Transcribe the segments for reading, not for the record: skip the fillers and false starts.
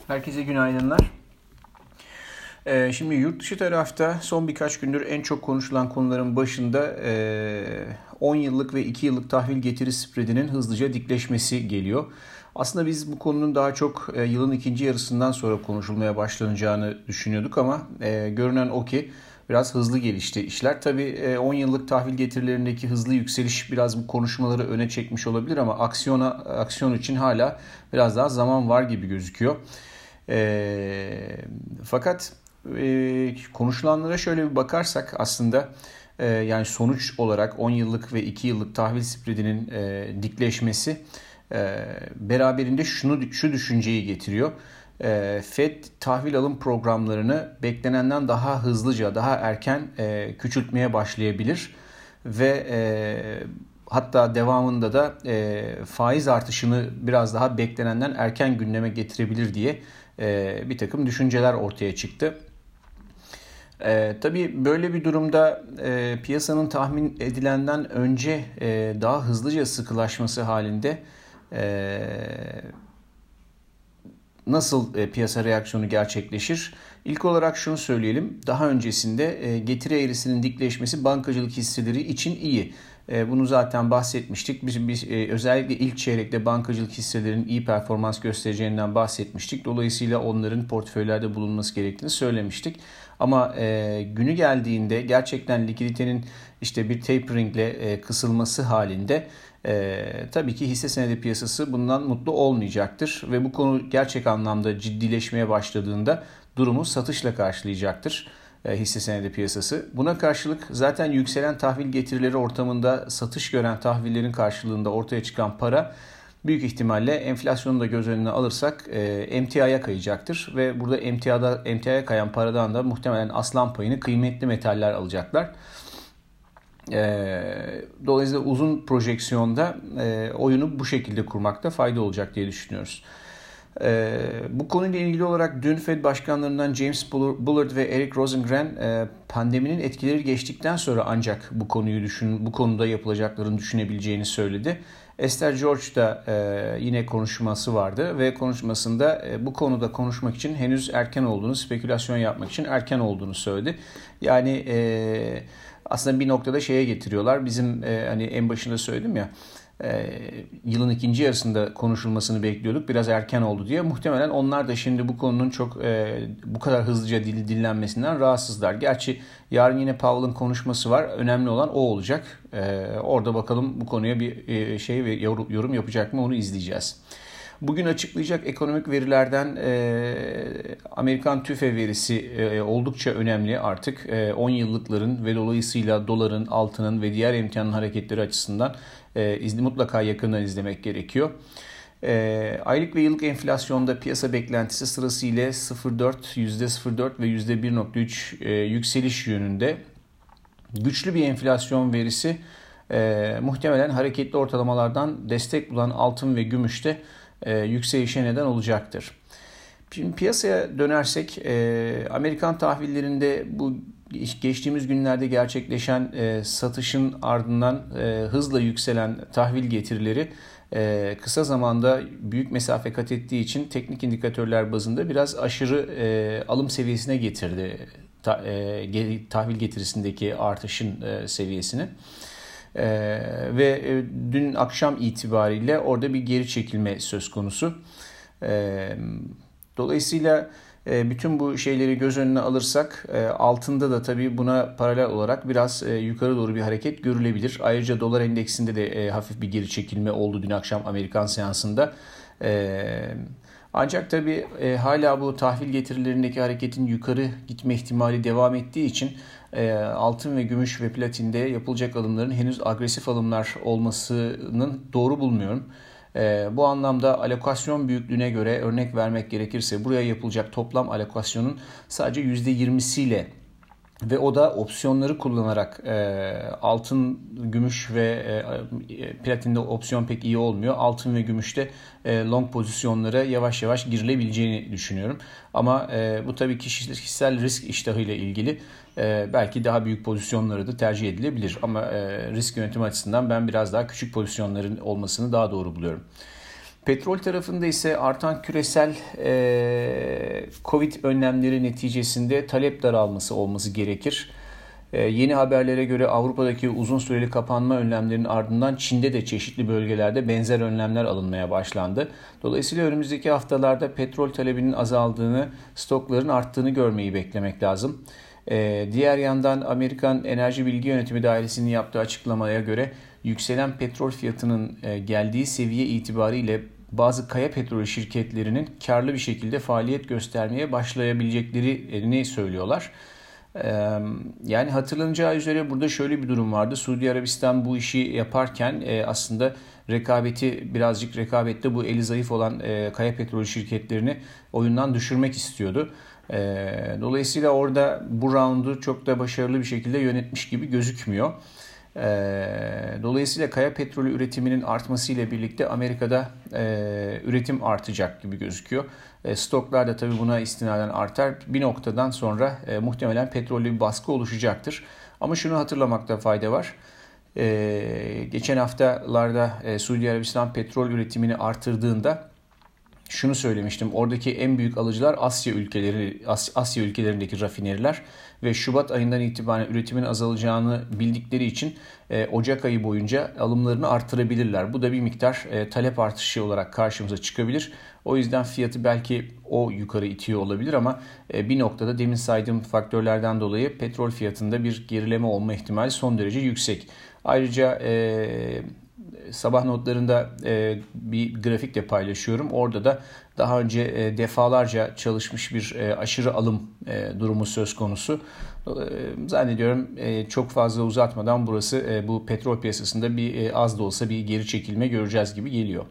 Herkese günaydınlar. Şimdi yurt dışı tarafta son birkaç gündür en çok konuşulan konuların başında 10 yıllık ve 2 yıllık tahvil getiri spreadinin hızlıca dikleşmesi geliyor. Aslında biz bu konunun daha çok yılın ikinci yarısından sonra konuşulmaya başlanacağını düşünüyorduk ama görünen o ki biraz hızlı gelişti işler. Tabii 10 yıllık tahvil getirilerindeki hızlı yükseliş biraz bu konuşmaları öne çekmiş olabilir ama aksiyon için hala biraz daha zaman var gibi gözüküyor. Fakat konuşulanlara şöyle bir bakarsak aslında yani sonuç olarak 10 yıllık ve 2 yıllık tahvil spreadinin dikleşmesi beraberinde şu düşünceyi getiriyor. Fed tahvil alım programlarını beklenenden daha hızlıca, daha erken küçültmeye başlayabilir ve hatta devamında da faiz artışını biraz daha beklenenden erken gündeme getirebilir diye bir takım düşünceler ortaya çıktı. Tabii böyle bir durumda piyasanın tahmin edilenden önce daha hızlıca sıkılaşması halinde nasıl piyasa reaksiyonu gerçekleşir? İlk olarak şunu söyleyelim. Daha öncesinde getiri eğrisinin dikleşmesi bankacılık hisseleri için iyi. Bunu zaten bahsetmiştik. Biz özellikle ilk çeyrekte bankacılık hisselerinin iyi performans göstereceğinden bahsetmiştik. Dolayısıyla onların portföylerde bulunması gerektiğini söylemiştik. Ama günü geldiğinde gerçekten likiditenin işte bir taperingle kısılması halinde tabii ki hisse senedi piyasası bundan mutlu olmayacaktır. Ve bu konu gerçek anlamda ciddileşmeye başladığında durumu satışla karşılayacaktır hisse senedi piyasası. Buna karşılık zaten yükselen tahvil getirileri ortamında satış gören tahvillerin karşılığında ortaya çıkan para büyük ihtimalle enflasyonu da göz önüne alırsak emtiaya kayacaktır. Ve burada emtiaya kayan paradan da muhtemelen aslan payını kıymetli metaller alacaklar. Dolayısıyla uzun projeksiyonda oyunu bu şekilde kurmakta fayda olacak diye düşünüyoruz. Bu konuyla ilgili olarak dün Fed başkanlarından James Bullard ve Eric Rosengren pandeminin etkileri geçtikten sonra ancak bu konuda yapılacaklarını düşünebileceğini söyledi. Esther George da yine konuşması vardı ve konuşmasında bu konuda konuşmak için henüz erken olduğunu, spekülasyon yapmak için erken olduğunu söyledi. Yani aslında bir noktada şeye getiriyorlar. Bizim hani en başında söyledim ya, yılın ikinci yarısında konuşulmasını bekliyorduk. Biraz erken oldu diye. Muhtemelen onlar da şimdi bu konunun çok bu kadar hızlıca dinlenmesinden rahatsızlar. Gerçi yarın yine Powell'ın konuşması var. Önemli olan o olacak. Orada bakalım bu konuya bir şey ve yorum yapacak mı, onu izleyeceğiz. Bugün açıklayacak ekonomik verilerden Amerikan TÜFE verisi oldukça önemli artık. 10 yıllıkların ve dolayısıyla doların, altının ve diğer emtianın hareketleri açısından mutlaka yakından izlemek gerekiyor. Aylık ve yıllık enflasyonda piyasa beklentisi sırasıyla %0.4 ve %1.3 yükseliş yönünde. Güçlü bir enflasyon verisi muhtemelen hareketli ortalamalardan destek bulan altın ve gümüşte yükselişe neden olacaktır. Şimdi piyasaya dönersek Amerikan tahvillerinde bu geçtiğimiz günlerde gerçekleşen satışın ardından hızla yükselen tahvil getirileri kısa zamanda büyük mesafe kat ettiği için teknik indikatörler bazında biraz aşırı alım seviyesine getirdi tahvil getirisindeki artışın seviyesini. Ve dün akşam itibariyle orada bir geri çekilme söz konusu. Dolayısıyla bütün bu şeyleri göz önüne alırsak altında da tabii buna paralel olarak biraz yukarı doğru bir hareket görülebilir. Ayrıca dolar endeksinde de hafif bir geri çekilme oldu dün akşam Amerikan seansında. Ancak tabii hala bu tahvil getirilerindeki hareketin yukarı gitme ihtimali devam ettiği için altın ve gümüş ve platinde yapılacak alımların henüz agresif alımlar olmasının doğru bulmuyorum. Bu anlamda alokasyon büyüklüğüne göre örnek vermek gerekirse buraya yapılacak toplam alokasyonun sadece %20'siyle ve o da opsiyonları kullanarak altın, gümüş ve platinde opsiyon pek iyi olmuyor. Altın ve gümüşte long pozisyonlara yavaş yavaş girilebileceğini düşünüyorum. Ama bu tabii kişisel risk iştahıyla ilgili. Belki daha büyük pozisyonları da tercih edilebilir. Ama risk yönetimi açısından ben biraz daha küçük pozisyonların olmasını daha doğru buluyorum. Petrol tarafında ise artan küresel Covid önlemleri neticesinde talep daralması olması gerekir. Yeni haberlere göre Avrupa'daki uzun süreli kapanma önlemlerinin ardından Çin'de de çeşitli bölgelerde benzer önlemler alınmaya başlandı. Dolayısıyla önümüzdeki haftalarda petrol talebinin azaldığını, stokların arttığını görmeyi beklemek lazım. Diğer yandan Amerikan Enerji Bilgi Yönetimi Dairesi'nin yaptığı açıklamaya göre yükselen petrol fiyatının geldiği seviye itibariyle bazı kaya petrolü şirketlerinin karlı bir şekilde faaliyet göstermeye başlayabileceklerini söylüyorlar. Yani hatırlanacağı üzere burada şöyle bir durum vardı. Suudi Arabistan bu işi yaparken aslında rekabette bu eli zayıf olan kaya petrolü şirketlerini oyundan düşürmek istiyordu. Dolayısıyla orada bu roundu çok da başarılı bir şekilde yönetmiş gibi gözükmüyor. Dolayısıyla kaya petrolü üretiminin artmasıyla birlikte Amerika'da üretim artacak gibi gözüküyor. Stoklar da tabii buna istinaden artar. Bir noktadan sonra muhtemelen petrolde bir baskı oluşacaktır. Ama şunu hatırlamakta fayda var. Geçen haftalarda Suudi Arabistan petrol üretimini artırdığında şunu söylemiştim. Oradaki en büyük alıcılar Asya ülkelerindeki rafineriler ve Şubat ayından itibaren üretimin azalacağını bildikleri için Ocak ayı boyunca alımlarını artırabilirler. Bu da bir miktar talep artışı olarak karşımıza çıkabilir. O yüzden fiyatı belki o yukarı itiyor olabilir ama bir noktada demin saydığım faktörlerden dolayı petrol fiyatında bir gerileme olma ihtimali son derece yüksek. Ayrıca sabah notlarında bir grafik de paylaşıyorum. Orada da daha önce defalarca çalışmış bir aşırı alım durumu söz konusu. Zannediyorum çok fazla uzatmadan bu petrol piyasasında az da olsa bir geri çekilme göreceğiz gibi geliyor.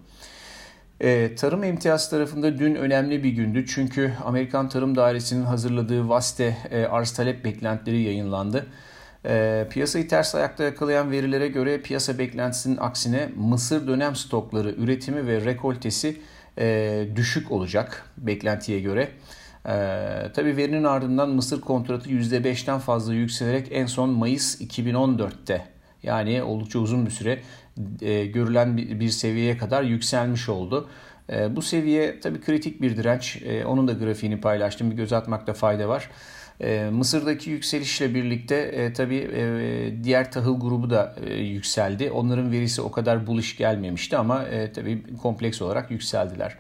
Tarım emtiyaz tarafında dün önemli bir gündü. Çünkü Amerikan Tarım Dairesi'nin hazırladığı VASTE arz talep beklentileri yayınlandı. Piyasayı ters ayakta yakalayan verilere göre piyasa beklentisinin aksine mısır dönem stokları üretimi ve rekoltesi düşük olacak beklentiye göre. Tabii verinin ardından mısır kontratı %5'ten fazla yükselerek en son Mayıs 2014'te yani oldukça uzun bir süre görülen bir seviyeye kadar yükselmiş oldu. Bu seviye tabii kritik bir direnç. Onun da grafiğini paylaştım. Bir göz atmakta fayda var. Mısır'daki yükselişle birlikte tabii diğer tahıl grubu da yükseldi. Onların verisi o kadar bullish gelmemişti ama tabii kompleks olarak yükseldiler.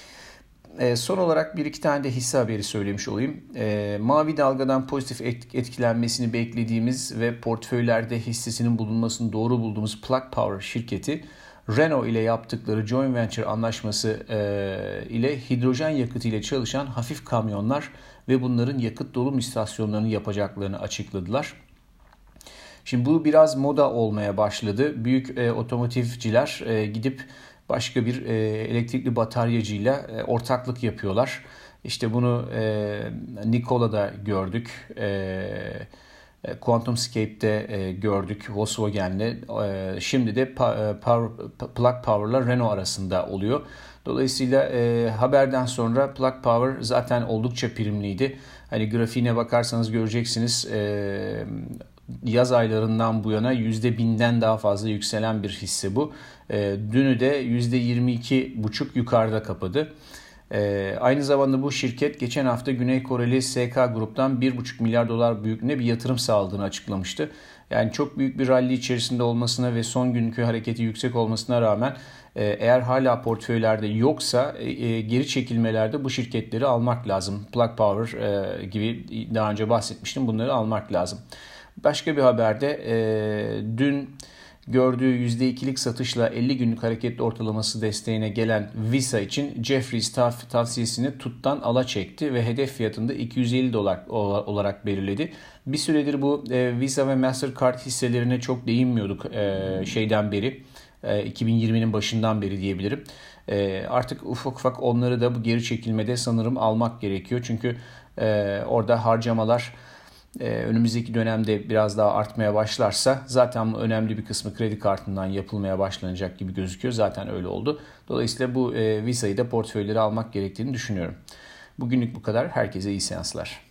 Son olarak bir iki tane de hisse haberi söylemiş olayım. Mavi dalgadan pozitif etkilenmesini beklediğimiz ve portföylerde hissesinin bulunmasını doğru bulduğumuz Plug Power şirketi Renault ile yaptıkları joint venture anlaşması ile hidrojen yakıtı ile çalışan hafif kamyonlar ve bunların yakıt dolum istasyonlarını yapacaklarını açıkladılar. Şimdi bu biraz moda olmaya başladı. Büyük otomotivciler gidip başka bir elektrikli bataryacıyla ortaklık yapıyorlar. İşte bunu Nikola'da gördük. QuantumScape'de gördük Volkswagen'le. Şimdi de Plug Power'la Renault arasında oluyor. Dolayısıyla haberden sonra Plug Power zaten oldukça primliydi. Hani grafiğine bakarsanız göreceksiniz yaz aylarından bu yana %1000'den daha fazla yükselen bir hisse bu. Dünü de %22,5 yukarıda kapadı. Aynı zamanda bu şirket geçen hafta Güney Koreli SK Grup'tan 1,5 milyar dolar büyüklüğünde bir yatırım sağladığını açıklamıştı. Yani çok büyük bir rally içerisinde olmasına ve son günkü hareketi yüksek olmasına rağmen eğer hala portföylerde yoksa geri çekilmelerde bu şirketleri almak lazım. Plug Power gibi daha önce bahsetmiştim, bunları almak lazım. Başka bir haberde dün gördüğü %2'lik satışla 50 günlük hareketli ortalaması desteğine gelen Visa için Jefferies tavsiyesini tuttan ala çekti ve hedef fiyatını da $250 olarak belirledi. Bir süredir bu Visa ve Mastercard hisselerine çok değinmiyorduk şeyden beri. 2020'nin başından beri diyebilirim. Artık ufak ufak onları da bu geri çekilmede sanırım almak gerekiyor. Çünkü orada harcamalar önümüzdeki dönemde biraz daha artmaya başlarsa zaten önemli bir kısmı kredi kartından yapılmaya başlanacak gibi gözüküyor. Zaten öyle oldu. Dolayısıyla bu Visa'yı da portföyleri almak gerektiğini düşünüyorum. Bugünlük bu kadar. Herkese iyi seanslar.